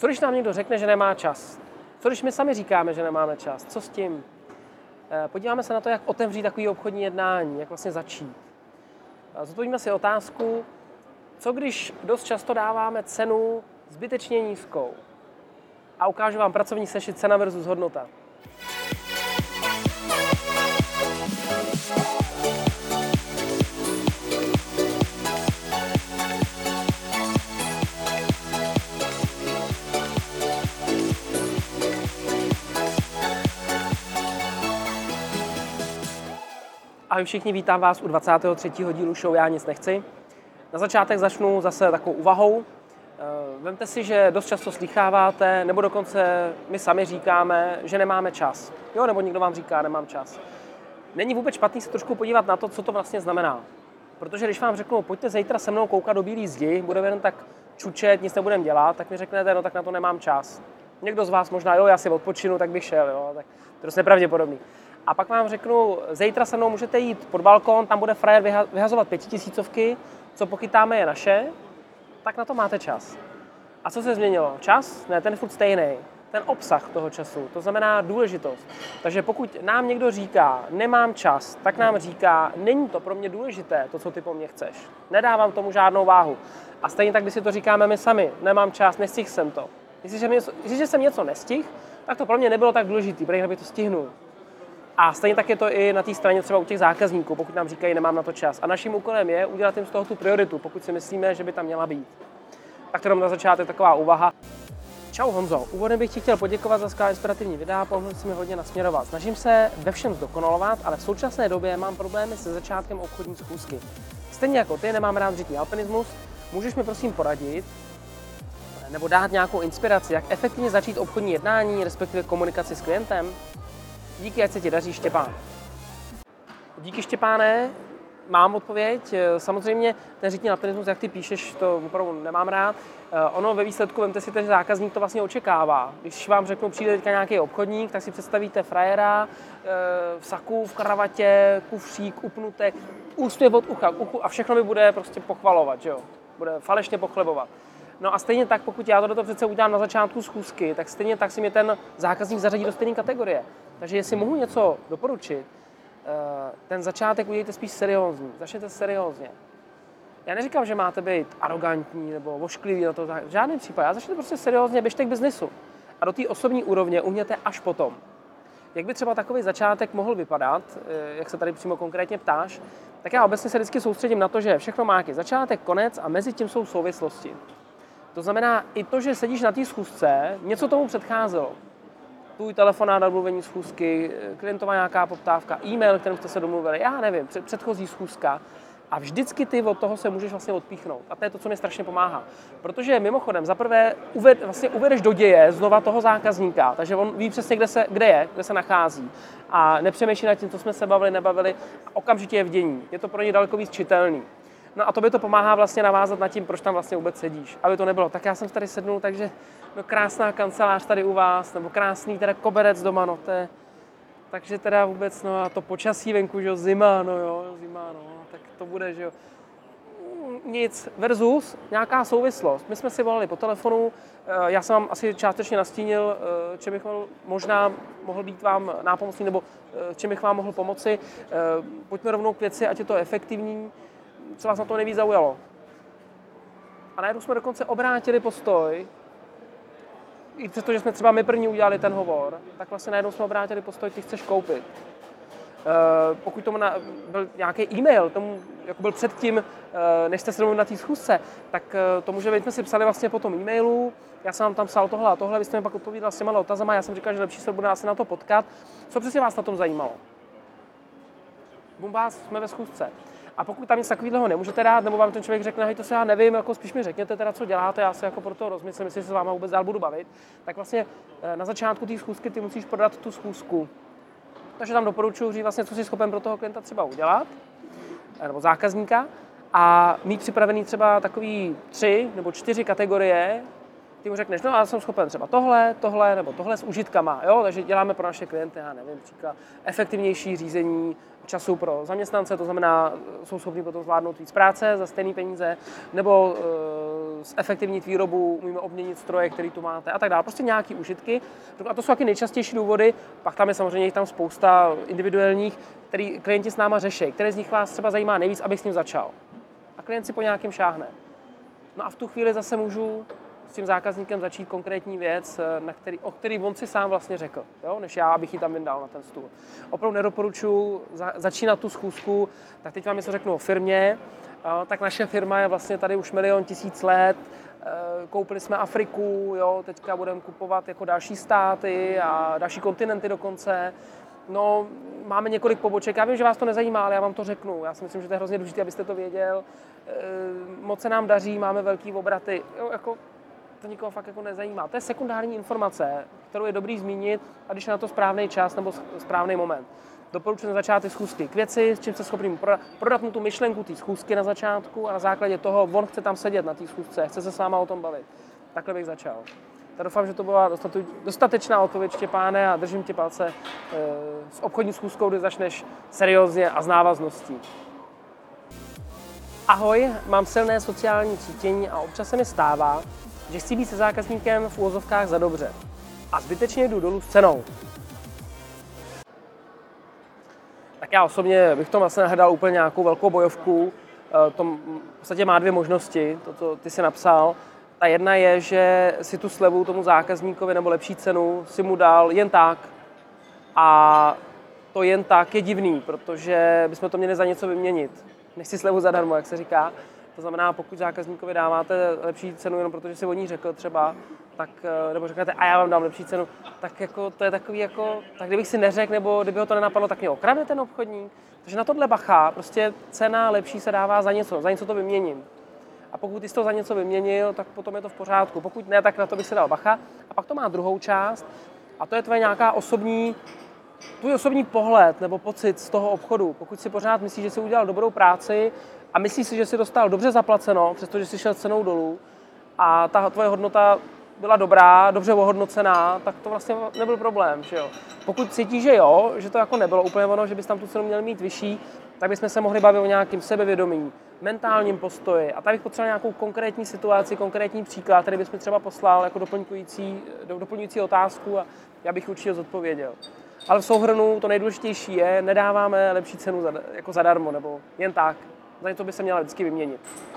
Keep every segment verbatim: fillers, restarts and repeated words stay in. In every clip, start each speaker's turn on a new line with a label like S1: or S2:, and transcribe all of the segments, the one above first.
S1: Co když nám někdo řekne, že nemá čas? Co když my sami říkáme, že nemáme čas? Co s tím? Podíváme se na to, jak otevřít takový obchodní jednání, jak vlastně začít. Zodpovíme si otázku, co když dost často dáváme cenu zbytečně nízkou. A ukážu vám pracovní sešit cena versus hodnota. Ahoj všichni, vítám vás u dvacátého třetího dílu show Já nic nechci. Na začátek začnu zase takovou úvahou. Vemte si, že dost často slýcháváte, nebo dokonce my sami říkáme, že nemáme čas. Jo, nebo někdo vám říká, nemám čas. Není vůbec špatný se trošku podívat na to, co to vlastně znamená. Protože když vám řeknu, pojďte zítra se mnou koukat do bílý zdi, budeme jen tak čučet, nic nebudeme dělat, tak mi řeknete, no tak na to nemám čas. Někdo z vás možná, jo, já si odpočinu, tak bych šel, jo, tak to je nepravděpodobný. A pak vám řeknu, zítra se mnou můžete jít pod balkon, tam bude frajer vyhazovat pětitisícovky, co pochytáme je naše, tak na to máte čas. A co se změnilo? Čas? Ne, ten je furt stejný. Ten obsah toho času, to znamená důležitost. Takže pokud nám někdo říká, nemám čas, tak nám říká, není to pro mě důležité, to, co ty po mně chceš. Nedávám tomu žádnou váhu. A stejně tak, když si to říkáme my sami, nemám čas, nestihl jsem to. Jestliže, jestliže jsem něco nestihl, tak to pro mě nebylo tak důležité, protože bych to stihnul. A stejně tak je to i na té straně třeba u těch zákazníků, pokud nám říkají, nemám na to čas. A naším úkolem je udělat jim z toho tu prioritu, pokud si myslíme, že by tam měla být. Tak to jenom na začátek taková úvaha. Čau Honzo, úvodem bych ti chtěl poděkovat za skvělé inspirativní videa, pomohl si mi hodně nasměrovat. Snažím se ve všem zdokonalovat, ale v současné době mám problémy se začátkem obchodní schůzky. Stejně jako ty nemám rád řídný alpinismus, můžeš mi prosím poradit nebo dát nějakou inspiraci, jak efektivně začít obchodní jednání, respektive komunikaci s klientem? Díky, ať se ti daří, Štěpán. Díky, Štěpáne, mám odpověď. Samozřejmě ten řídní alpinismus, jak ty píšeš, to opravdu nemám rád. Ono ve výsledku, vemte si, že zákazník to vlastně očekává. Když vám řeknu, přijde teďka nějaký obchodník, tak si představíte frajera v saku, v kravatě, kufřík, upnutek, úsměv od ucha k uchu a všechno mi bude prostě pochvalovat, že jo? Bude falešně pochlebovat. No a stejně tak, pokud já to přece udělám na začátku schůzky, tak stejně tak si mě ten zákazník zařadí do stejné kategorie. Takže jestli mohu něco doporučit, ten začátek udělejte spíš seriózní, začněte seriózně. Já neříkám, že máte být arrogantní nebo ošklivý na to, v žádném případě. Já začněte prostě seriózně, běžte k biznesu. A do té osobní úrovně uhněte až potom. Jak by třeba takový začátek mohl vypadat, jak se tady přímo konkrétně ptáš, tak já obecně se vždycky soustředím na to, že všechno má jaký začátek, konec a mezi tím jsou souvislosti. To znamená i to, že sedíš na té schůzce, něco tomu předcházelo. Tvůj telefonát na domluvení schůzky, klientová nějaká poptávka, e-mail, kterým jste se domluvili, já nevím, předchozí schůzka. A vždycky ty od toho se můžeš vlastně odpíchnout. A to je to, co mi strašně pomáhá. Protože mimochodem, zaprvé uved, vlastně uvedeš do děje znova toho zákazníka, takže on ví přesně, kde, se, kde je, kde se nachází. A nepřemýšlí nad tím, co jsme se bavili, nebavili, a okamžitě je v dění. Je to pro ně daleko víc čitelný. No a to by to pomáhá vlastně navázat nad tím, proč tam vlastně vůbec sedíš. Aby to nebylo, tak já jsem tady sednul, takže no krásná kancelář tady u vás, nebo krásný teda koberec doma, no to je, takže teda vůbec, no a to počasí venku, že jo, zima, no jo, zima, no, tak to bude, že jo. Nic, versus nějaká souvislost. My jsme si volali po telefonu, já jsem vám asi částečně nastínil, čem bych možná mohl být vám nápomocný, nebo čem bych vám mohl pomoci. Pojďme rovnou k věci, ať je to efektivní. Co vás na to nejvíc zaujalo? A najednou jsme dokonce obrátili postoj, i přesto, že jsme třeba my první udělali ten hovor, tak vlastně najednou jsme obrátili postoj, ty chceš koupit. E, pokud tomu na, byl nějaký e-mail, tomu jako byl předtím, e, než jste se domluvili na té schůzce, tak e, to může být, jsme si psali vlastně po tom e-mailu, já jsem vám tam psal tohle a tohle, vy jste mi pak odpovídal s těma otazama, já jsem říkal, že lepší se bude asi na to potkat. Co přesně vás na tom zajímalo? Bum vás, jsme ve schůzce. A pokud tam nic takového nemůžete dát, nebo vám ten člověk řekne, hej, to se já nevím, jako spíš mi řekněte teda, co děláte, já se jako pro to rozmyslím, jestli se s váma vůbec dál budu bavit, tak vlastně na začátku té schůzky ty musíš prodat tu schůzku. Takže tam doporučuji říct vlastně, co jsi schopen pro toho klienta třeba udělat, nebo zákazníka, a mít připravený třeba takový tři nebo čtyři kategorie, ty mu řekneš, no já jsem schopen třeba tohle, tohle nebo tohle s užitkama, jo, takže děláme pro naše klienty, já nevím, příklad efektivnější řízení času pro zaměstnance, to znamená, jsou schopni potom zvládnout víc práce za stejné peníze, nebo e, zefektivnit výrobu, umíme obměnit stroje, které tu máte a tak dále. Prostě nějaké užitky. A to jsou taky nejčastější důvody, pak tam je samozřejmě tam spousta individuálních, který klienti s náma řeší, které z nich vás třeba zajímá nejvíc, abych s ním začal. A klient si po nějakém šáhne. No a v tu chvíli zase můžu s tím zákazníkem začít konkrétní věc, na který, o který on si sám vlastně řekl, jo? Než já, abych ji tam vyndal na ten stůl. Opravdu nedoporučuji za, začínat tu schůzku, tak teď vám něco řeknu o firmě. Tak naše firma je vlastně tady už milion tisíc let, koupili jsme Afriku, jo? Teďka budeme kupovat jako další státy a další kontinenty dokonce. No, máme několik poboček, já vím, že vás to nezajímá, ale já vám to řeknu. Já si myslím, že to je hrozně důležité, abyste to věděl. Moc se nám daří, máme velký obraty, jo, jako to nikoho fakt jako nezajímá. To je sekundární informace, kterou je dobrý zmínit, a když je na to správný čas nebo správný moment. Doporučuji na začátku schůzky k věci, s čím se schopný prodat, prodat mu tu myšlenku té schůzky na začátku a na základě toho on chce tam sedět na té schůzce, chce se s váma o tom bavit. Takhle bych začal. Tak doufám, že to byla dostatečná odpověď, Štěpáne, a držím ti palce e, s obchodní schůzkou, kdy začneš seriózně a s návazností. Ahoj, mám silné sociální cítění a občas se mi stává, že chci být se zákazníkem v uvozovkách za dobře a zbytečně jdu dolů s cenou. Tak já osobně bych tom asi nehledal úplně nějakou velkou bojovku. To v podstatě má dvě možnosti, to, co ty jsi napsal. Ta jedna je, že si tu slevu tomu zákazníkovi nebo lepší cenu si mu dal jen tak. A to jen tak je divný, protože bychom to měli za něco vyměnit. Nechci slevu zadarmo, jak se říká. To znamená, pokud zákazníkovi dáváte lepší cenu jenom protože si o ní řekl třeba, tak, nebo řeknete, a já vám dám lepší cenu, tak jako, to je takový jako, tak kdybych si neřekl, nebo kdyby ho to nenapadlo, tak mě okradne ten obchodník. Takže na tohle bacha, prostě cena lepší se dává za něco, za něco to vyměním. A pokud ty jsi to za něco vyměnil, tak potom je to v pořádku. Pokud ne, tak na to bych si dal bacha. A pak to má druhou část, a to je tvoje nějaká osobní, tvůj osobní pohled nebo pocit z toho obchodu. Pokud si pořád myslíš, že jsi udělal dobrou práci a myslíš si, že jsi dostal dobře zaplaceno, přestože jsi šel cenou dolů a ta tvoje hodnota byla dobrá, dobře ohodnocená, tak to vlastně nebyl problém, že jo. Pokud cítíš, že jo, že to jako nebylo úplně ono, že bys tam tu cenu měl mít vyšší, tak bychom se mohli bavit o nějakém sebevědomí, mentálním postoji. A tady bych potřeboval nějakou konkrétní situaci, konkrétní příklad, který bys mi třeba poslal jako doplňující, doplňující otázku a já bych určitě zodpověděl. Ale v souhrnu to nejdůležitější je, nedáváme lepší cenu za, jako zadarmo, nebo jen tak. Za něco by se měla vždycky vyměnit.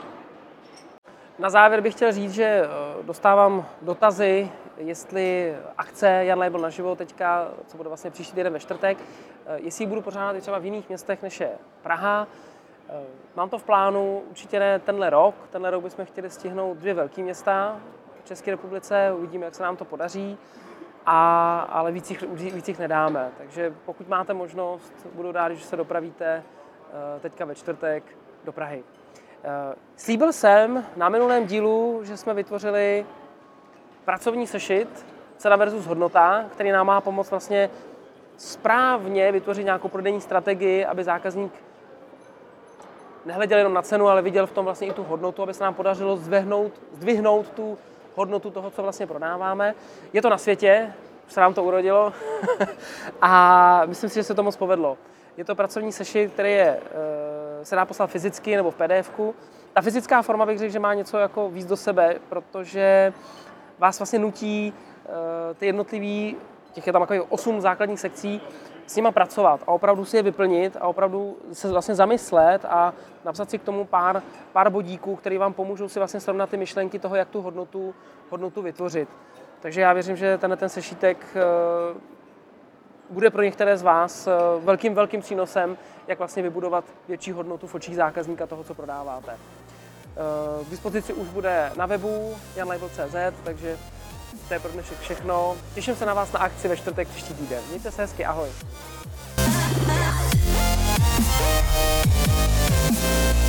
S1: Na závěr bych chtěl říct, že dostávám dotazy, jestli akce Jan Label naživo teďka, co bude vlastně příští týden ve čtvrtek, jestli ji budu pořádat i třeba v jiných městech, než je Praha. Mám to v plánu určitě ne tenhle rok. Tenhle rok bychom chtěli stihnout dvě velké města v České republice, uvidíme, jak se nám to podaří. A, ale víc jich, víc jich nedáme. Takže pokud máte možnost, budu rád, že se dopravíte teďka ve čtvrtek do Prahy. Slíbil jsem na minulém dílu, že jsme vytvořili pracovní sešit cena versus hodnota, který nám má pomoct vlastně správně vytvořit nějakou prodejní strategii, aby zákazník nehleděl jenom na cenu, ale viděl v tom vlastně i tu hodnotu, aby se nám podařilo zdvihnout, zdvihnout tu hodnotu toho, co vlastně prodáváme. Je to na světě, se nám to urodilo a myslím si, že se to moc povedlo. Je to pracovní sešit, který je, se dá poslat fyzicky nebo v pé dé efku. Ta fyzická forma bych řekl, že má něco jako víc do sebe, protože vás vlastně nutí ty jednotlivý, těch je tam takových osm základních sekcí, s nima pracovat a opravdu si je vyplnit a opravdu se vlastně zamyslet a napsat si k tomu pár, pár bodíků, které vám pomůžou si vlastně srovnat ty myšlenky toho, jak tu hodnotu, hodnotu vytvořit. Takže já věřím, že tenhle ten sešítek bude pro některé z vás velkým, velkým přínosem, jak vlastně vybudovat větší hodnotu v očích zákazníka toho, co prodáváte. K dispozici už bude na webu jan label tečka cé zet, takže to je pro dnešek všechno. Těším se na vás na akci ve čtvrtek příští týden. Mějte se hezky, ahoj.